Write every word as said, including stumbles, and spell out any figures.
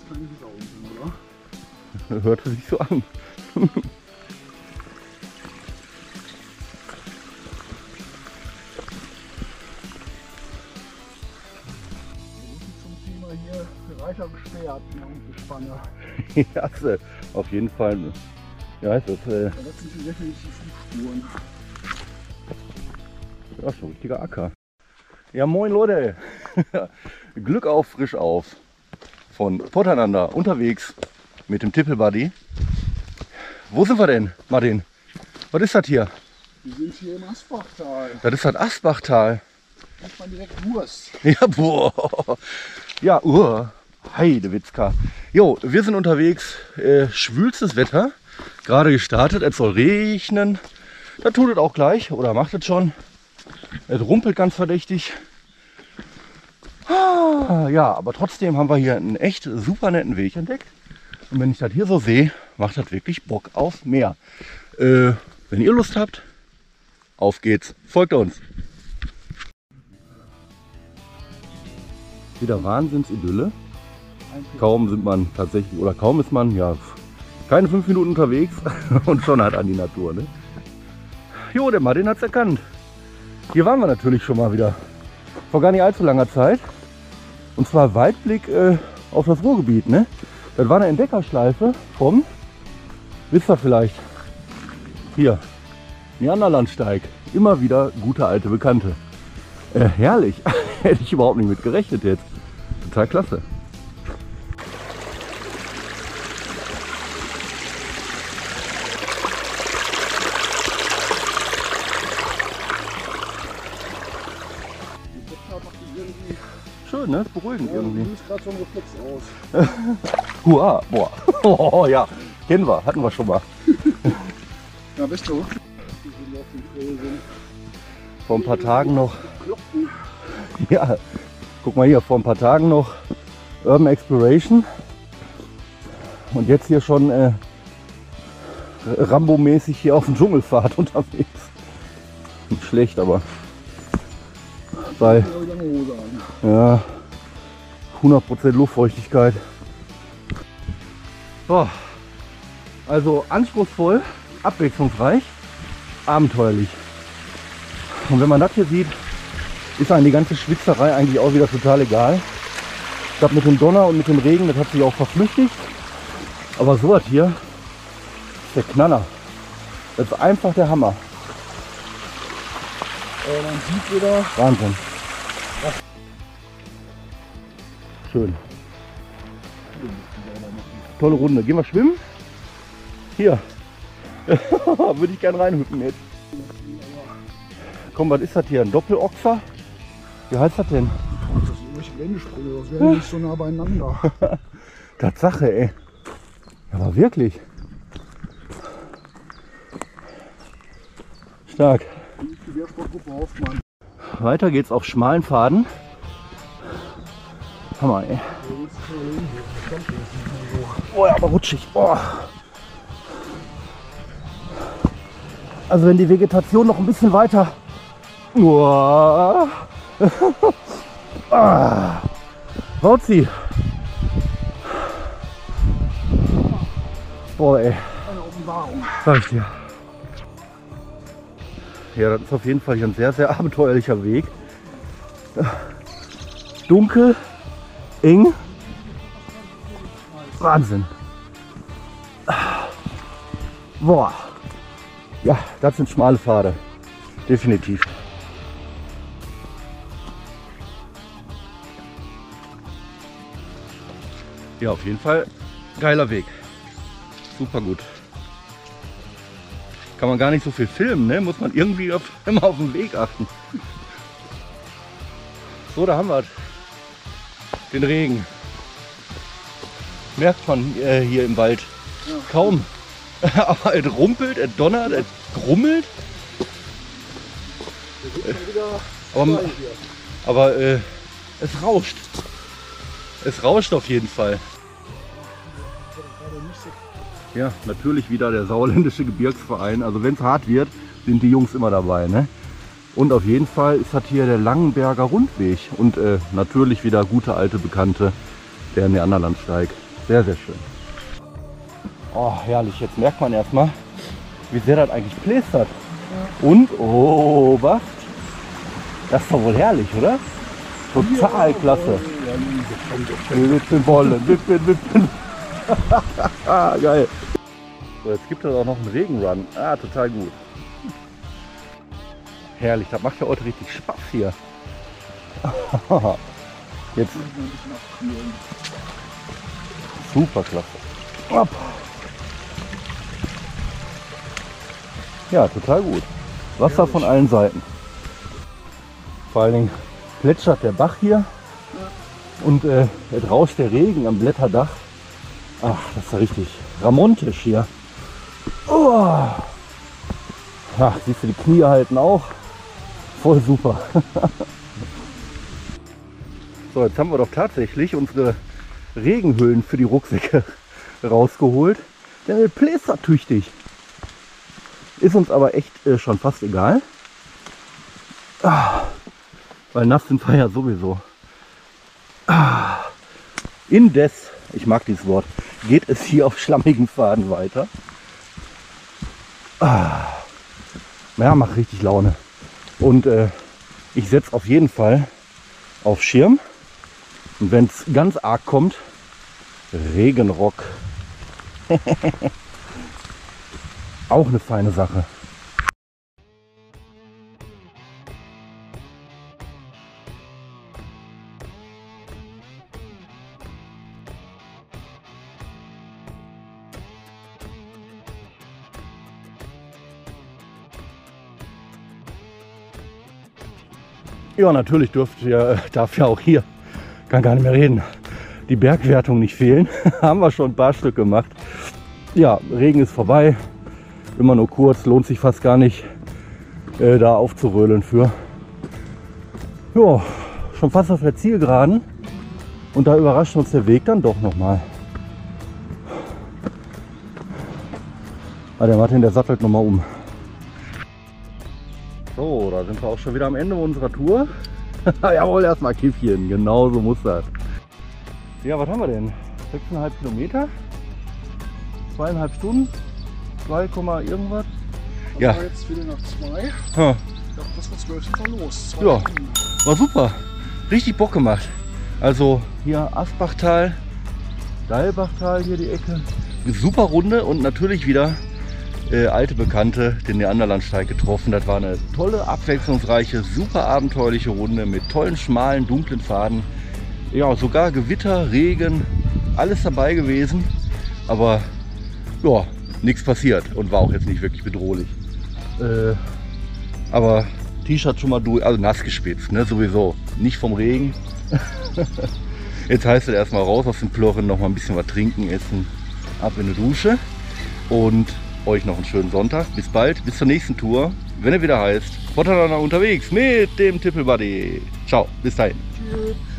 keine Sau unten, oder? Hörte sich so an. Zum Thema hier Reiter gesperrt, die Spanne. Ja, auf jeden Fall. Ja, heißt das, äh, Ja, das sind definitiv Fußspuren. ja, schon ein richtiger Acker. Ja, moin Leute. Glück auf, frisch auf. Von Porteinander unterwegs mit dem Tippelbuddy. Wo sind wir denn, Martin? Was ist das hier? Wir sind hier im Asbachtal. Das ist das Asbachtal. Macht man direkt Wurst. Ja, boah. Ja, uh. Heidewitzka. Jo, wir sind unterwegs. Äh, schwülstes Wetter. Gerade gestartet. Es soll regnen. Da tut es auch gleich. Oder macht es schon. Es rumpelt ganz verdächtig. Ah, ja, aber trotzdem haben wir hier einen echt super netten Weg entdeckt. Und wenn ich das hier so sehe, macht das wirklich Bock auf mehr. Äh, wenn ihr Lust habt, auf geht's. Folgt uns. Wieder Wahnsinnsidylle. Kaum sind man tatsächlich, oder kaum ist man, ja, keine fünf Minuten unterwegs und schon hat an die Natur, ne? Jo, der Martin hat's erkannt. Hier waren wir natürlich schon mal wieder. Vor gar nicht allzu langer Zeit. Und zwar Weitblick äh, auf das Ruhrgebiet, ne? Das war eine Entdeckerschleife vom, wisst ihr vielleicht, hier, Neanderlandsteig. Immer wieder gute alte Bekannte. Äh, herrlich. Hätte ich überhaupt nicht mit gerechnet jetzt. Total klasse. Schön, ne? Beruhigend Ja, irgendwie. du siehst gerade so ein Reflex aus. Hurra, boah. Oh, ja, kennen wir, hatten wir schon mal. Ja, bist du? Die sind auf den Felsen. Vor ein paar Tagen noch. Ja, guck mal hier, vor ein paar Tagen noch Urban Exploration. Und jetzt hier schon äh, Rambo-mäßig hier auf dem Dschungelpfad unterwegs. Nicht schlecht, aber bei ja, hundert Prozent Luftfeuchtigkeit. So, also anspruchsvoll, abwechslungsreich, abenteuerlich. Und wenn man das hier sieht, ist einem die ganze Schwitzerei eigentlich auch wieder total egal. Ich glaube, mit dem Donner und mit dem Regen, das hat sich auch verflüchtigt. Aber so was hier ist der Knaller. Das ist einfach der Hammer. Äh, man sieht wieder. Wahnsinn. Schön. Tolle Runde. Gehen wir schwimmen? Hier. Würde ich gerne reinhüpfen jetzt. Komm, was ist das hier? Ein Doppelochser? Wie heißt das denn? Das sind irgendwelche Wendesprünge, das wäre nicht so nah beieinander. Tatsache, ey. Aber wirklich. Stark. Die Wehrsportgruppe Hoffmann. Weiter geht's auf schmalen Pfaden. Hammer, ey. Oh ja, aber rutschig. Oh. Also wenn die Vegetation noch ein bisschen weiter... Oh. Ah. Rauzi. Boah, ey. Eine Offenbarung. Sag ich dir. Ja, das ist auf jeden Fall hier ein sehr, sehr abenteuerlicher Weg. Dunkel, eng. Wahnsinn. Boah. Ja, das sind schmale Pfade. Definitiv. Ja, auf jeden Fall geiler Weg. Super gut. Kann man gar nicht so viel filmen, ne? Muss man irgendwie auf, immer auf den Weg achten. So, da haben wir es. Den Regen. Merkt man äh, hier im Wald Ja. kaum. Aber es rumpelt, es donnert, es grummelt. Der wird schon wieder Aber, steil hier. aber äh, es rauscht. Es rauscht auf jeden Fall. Ja, natürlich wieder der Sauerländische Gebirgsverein. Also wenn es hart wird, sind die Jungs immer dabei, ne? Und auf jeden Fall ist das hier der Langenberger Rundweg. Und äh, natürlich wieder gute alte Bekannte, der Neanderlandsteig. Sehr, sehr schön. Oh, herrlich. Jetzt merkt man erstmal, wie sehr das eigentlich plästert. Ja. Und, oh, was? Das ist doch wohl herrlich, oder? Total ja, klasse. Ja, wippen wollen, wippen, wippen. Geil. So, jetzt gibt es auch noch einen Regenrun. Ah, total gut. Herrlich, das macht ja heute richtig Spaß hier. Jetzt. Super klasse. Ab. Ja, total gut. Wasser von allen Seiten. Vor allen Dingen plätschert der Bach hier und äh, es rauscht der Regen am Blätterdach. Ach, das ist ja richtig ramontisch hier. Oh. Ach, siehst du, die Knie halten auch. Voll super. So, jetzt haben wir doch tatsächlich unsere Regenhüllen für die Rucksäcke rausgeholt. Der plästert tüchtig. Ist uns aber echt äh, schon fast egal. Ah, weil nass sind wir ja sowieso. Ah, indes, ich mag dieses Wort, geht es hier auf schlammigen Pfaden weiter. Ah, ja, macht richtig Laune. Und äh, ich setze auf jeden Fall auf Schirm. Und wenn es ganz arg kommt, Regenrock. Auch eine feine Sache. Ja, natürlich dürft ihr, darf ja auch hier, kann gar nicht mehr reden, die Bergwertung nicht fehlen. Haben wir schon ein paar Stück gemacht. Ja, Regen ist vorbei. Immer nur kurz, lohnt sich fast gar nicht, äh, da aufzurödeln für. Ja, schon fast auf der Zielgeraden. Und da überrascht uns der Weg dann doch nochmal. Ah, der Martin, der sattelt nochmal um. So, da sind wir auch schon wieder am Ende unserer Tour. Jawohl, erstmal Kiffchen, genau so muss das. Ja, was haben wir denn? sechs Komma fünf Kilometer, zweieinhalb Stunden, zwei, irgendwas. Ja. Jetzt Viertel nach zwei. Ja. Ja, das war zwölf Uhr los. Zwei ja, Stunden. War super. Richtig Bock gemacht. Also hier Asbachtal, Deilbachtal hier die Ecke. Super Runde und natürlich wieder äh, alte Bekannte, den Neanderlandsteig getroffen. Das war eine tolle, abwechslungsreiche, super abenteuerliche Runde mit tollen, schmalen, dunklen Pfaden. Ja, sogar Gewitter, Regen, alles dabei gewesen. Aber ja, nichts passiert und war auch jetzt nicht wirklich bedrohlich. Äh, aber T-Shirt schon mal durch, also nass gespitzt, ne, sowieso. Nicht vom Regen. Jetzt heißt es erstmal raus aus den Plorren, noch mal ein bisschen was trinken, essen, ab in die Dusche und euch noch einen schönen Sonntag. Bis bald, bis zur nächsten Tour, wenn er wieder heißt Potterrunner unterwegs mit dem Tippelbuddy. Ciao, bis dahin. Tschüss.